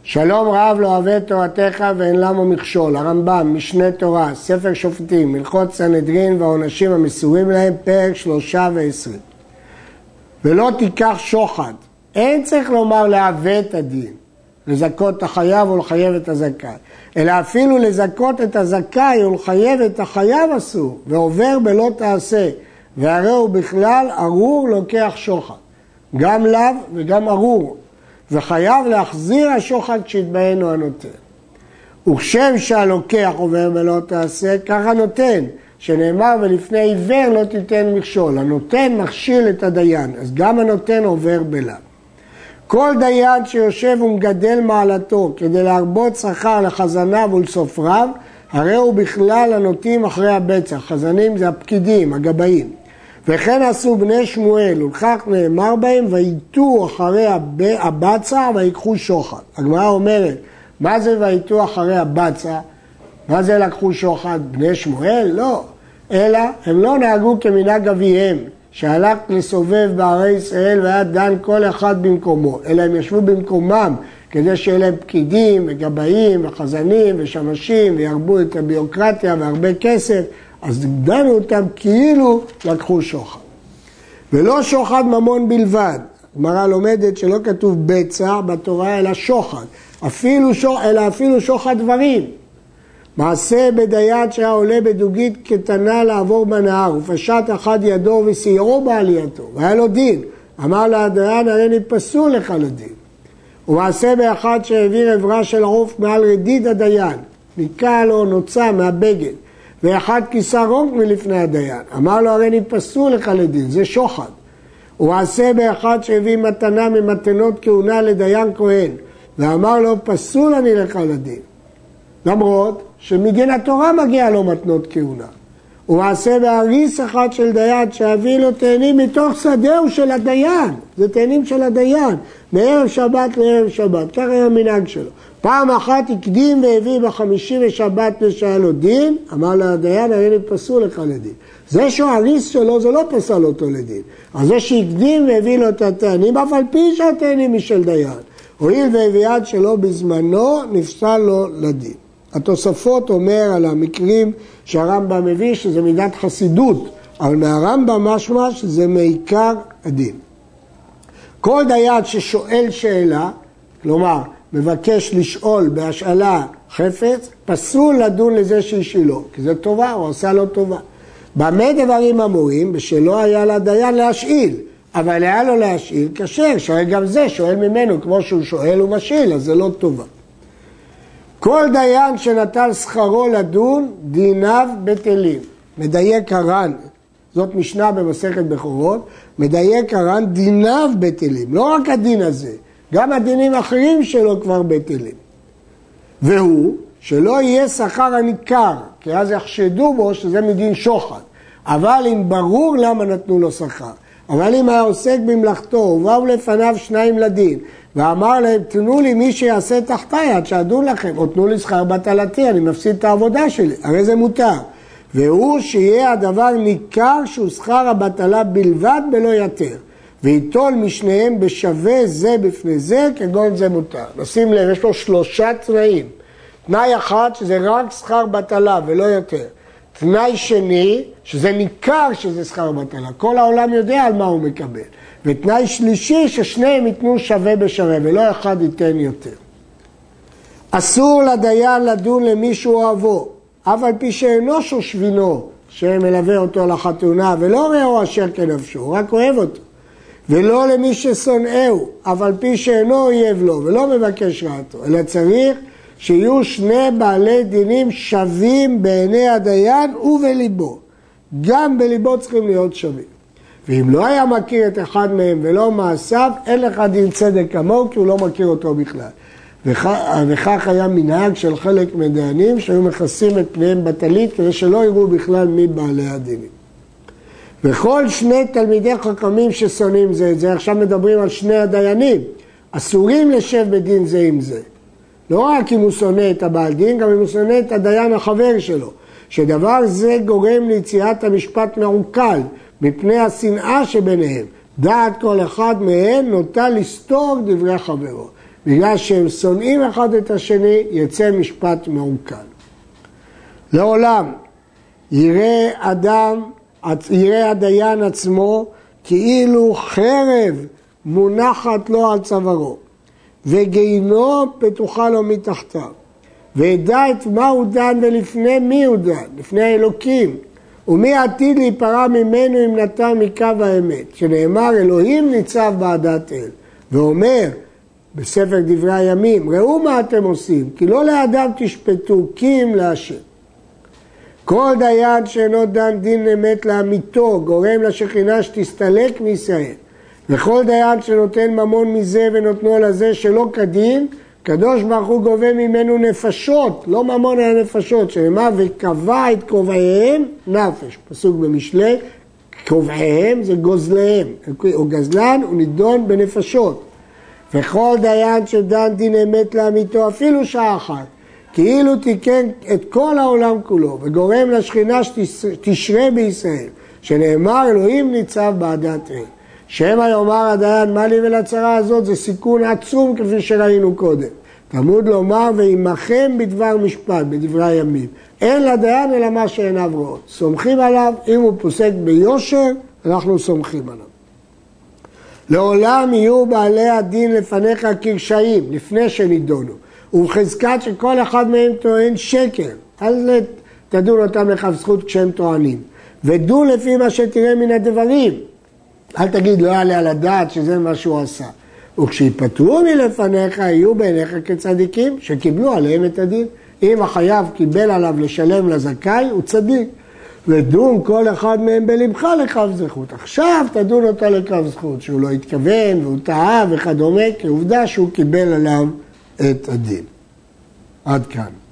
שלום רב לא אוהב את תורתך ואין למו מכשול. הרמב"ם, משנה תורה, ספר שופטים, הלכות סנהדרין והעונשים המסורים להם, פרק 23. ולא תיקח שוחד. אין צריך לומר לעוות את הדין, לזכות את החייב ולחייב את הזכאי, אלא אפילו לזכות את הזכאי ולחייב את החייב אסור, ועובר בלא תעשה, והרי הוא בכלל ארור לוקח שוחד, גם לאו וגם ארור, וחייב להחזיר השוחד כשהתבהנו הנותן. וכשם שהלוקח עובר בלא תעשה, ככה נותן, שנאמר ולפני עיוור לא תיתן מכשול. הנותן מכשיל את הדיין, אז גם הנותן עובר בלאו. כל דיין שיושב ומגדל מעלתו כדי להרבות שכר לחזניו ולסופריו, הרי הוא בכלל הנוטים אחרי הבצע. חזנים זה הפקידים, הגבאים. וכן עשו בני שמואל, ולכך נאמר בהם, ויתו אחרי הבצע ויקחו שוחד. הגמרא אומרת, מה זה ויתו אחרי הבצע? מה זה לקחו שוחד? בני שמואל? לא. אלא הם לא נהגו כמנהג אביהם, שהלך לסובב בערי ישראל והיה דן כל אחד במקומו, אלא הם ישבו במקומם כדי שיהיה להם פקידים וגבאים וחזנים ושמשים וירבו את הביוקרטיה והרבה כסף, אז דנו אותם כאילו לקחו שוחד. ולא שוחד ממון בלבד. הגמרא לומדת שלא כתוב בצע בתורה אלא שוחד, אלא אפילו שוחד דברים. מעשה בדיין שהיה עולה בדוגית קטנה לעבור בנהר, ופשט אחד ידו וסיירו בעלייתו, והיה לו דין. אמר לדיין, הרי נתפסו לך לדין. ומעשה באחד שהעביר עברה של עוף מעל רדיד הדיין, ניקה לו נוצה מהבגד, ואחד כיסה רונק מלפני הדיין. אמר לו, הרי נתפסו לך לדין, זה שוחד. ומעשה באחד שהביא מתנה ממתנות כהונה לדיין כהן, ואמר לו, פסול אני לך לדין. למרות שמדין התורה מגיע לו מתנות כהונה. ומעשה בהריס אחד של דיין שהביא לו תאנים מתוך שדהו של הדיין. זה תאנים של הדיין, מערב שבת לערב שבת. כך היה המנהג שלו. פעם אחת הקדים והביא בחמישי ושבת שהיה לו דין, אמר לדיין, הרי נתפסו לך לדין. זה שהוא הריס שלו, זה לא פסל אותו לדין. אז זה שהקדים והביא לו את התאנים, אף על פי שהתאנים משל דיין. הואיל והביאת שלו בזמנו, נפסל לו לדין. התוספות אומר על המקרים שהרמב"ם מביא שזה מידת חסידות, אבל מהרמב"ם משמע שזה מעיקר הדין. כל דיין ששואל שאלה, כלומר מבקש לשאול בהשאלה חפץ, פסול לדון לזה שישאלו, כי זה טובה, הוא עושה לו טובה. במה דברים אמורים? בשלא היה לדיין להשאיל, אבל היה לו להשאיל כשר, שהרי גם זה שואל ממנו, כמו שהוא שואל ומשאיל, אז זה לא טובה. כל דיין שנטל שכרו לדון, דיניו בטלים. מדייק הר"ן, זאת משנה במסכת בכורות, מדייק הר"ן, דיניו בטלים. לא רק הדין הזה, גם הדינים האחרים שלו כבר בטלים. והוא, שלא יהיה שכר הניכר, כי אז יחשדו בו שזה מדין שוחד. אבל אם ברור למה נתנו לו שכר, אבל אם היה עוסק במלאכתו, ובאו לפניו שניים לדין, ואמר להם, תנו לי מי שיעשה תחתיי עד שעדו לכם, או תנו לי שכר בטלתי, אני מפסיד את העבודה שלי, הרי זה מותר. והוא שיהיה הדבר ניכר שהוא שכר הבטלה בלבד בלא יותר, ויטול משניהם בשווה זה בפני זה, כגון זה מותר. נשים לב, יש לו 3 תנאים. תנאי אחד שזה רק שכר בטלה ולא יותר. תנאי שני, שזה ניכר שזה שכר בטלה. כל העולם יודע על מה הוא מקבל. ותנאי שלישי, ששניהם ייתנו שווה בשווה, ולא אחד ייתן יותר. אסור לדיין לדון למישהו אוהבו, אף על פי שאינו שושבינו, שמלווה אותו לחתונה, ולא ראו אשר כנפשו, הוא רק אוהב אותו. ולא למי ששונאהו, אף על פי שאינו אויב לו, ולא מבקש רעתו, אלא צריך שיהיו שני בעלי דינים שווים בעיני הדיין ובליבו. גם בליבו צריכים להיות שווים. ואם לא היה מכיר את אחד מהם ולא מעשיו, אין לך דין צדק כמוהו, כי הוא לא מכיר אותו בכלל. וכך היה מנהג של חלק מדיינים, שהיו מכסים את פניהם בטלית, כדי שלא יראו בכלל מי בעלי הדינים. וכל שני תלמידי חכמים ששונאים זה את זה, עכשיו מדברים על שני הדיינים, אסורים לשב בדין זה עם זה. לא רק אם הוא שונא את הבעל דין, גם אם הוא שונא את הדיין החבר שלו. שדבר זה גורם ליציאת המשפט מעוקל, מפני השנאה שביניהם. דעת כל אחד מהם נוטה לסתור דברי חברו. בגלל שהם שונאים אחד את השני, יצא משפט מעוקל. לעולם יראה הדיין עצמו כאילו חרב מונחת לו על צווארו, וגיהינום פתוחה לו מתחתיו, וידע את מה הוא דן ולפני מי הוא דן, לפני האלוקים, ומי עתיד להיפרע ממנו אם נטע מקו האמת, שנאמר אלוהים ניצב בעדת אל, ואומר בספר דברי הימים, ראו מה אתם עושים, כי לא לאדם תשפטו, כי אם להשם. כל דיין שאינו דן דין אמת לאמיתו, גורם לשכינה שתסתלק מישראל. וכל דיין שנותן ממון מזה ונותנו לזה שלא כדין, קדוש ברוך הוא גובה ממנו נפשות, לא ממון אלא נפשות, שנאמר וקבע את כובעיהם נפש. פסוק במשלי, כובעיהם זה גוזליהם, או גזלן הוא נידון בנפשות. וכל דיין שדן דין אמת לאמיתו אפילו שעה אחת, כאילו תיקן את כל העולם כולו, וגורם לשכינה שתשרה בישראל, שנאמר אלוהים ניצב בעדת אל. שמא יאמר הדיין מה לי ולצרה הזאת, זה סיכון עצום כפי שראינו קודם. תלמוד לומר וימחם בדבר משפט, בדברי הימים. אין לדיין אלא מה שעיניו רואות. סומכים עליו, אם הוא פוסק ביושר, אנחנו סומכים עליו. לעולם יהיו בעלי הדין לפניך כרשעים, לפני שנידונו. ובחזקת שכל אחד מהם טוען שקר, אז תדון אותם לכף זכות כשהם טוענים. ודו לפי מה שתראה מן הדברים. אל תגיד לא יעלה על הדעת שזה מה שהוא עשה. וכשיפטרו מלפניך יהיו בעיניך כצדיקים שקיבלו עליהם את הדין. אם החייב קיבל עליו לשלם לזכאי הוא צדיק. ודון כל אחד מהם בלבך לכף זכות. עכשיו תדון אותה לכף זכות שהוא לא התכוון והוא טעה וכדומה, כעובדה שהוא קיבל עליו את הדין. עד כאן.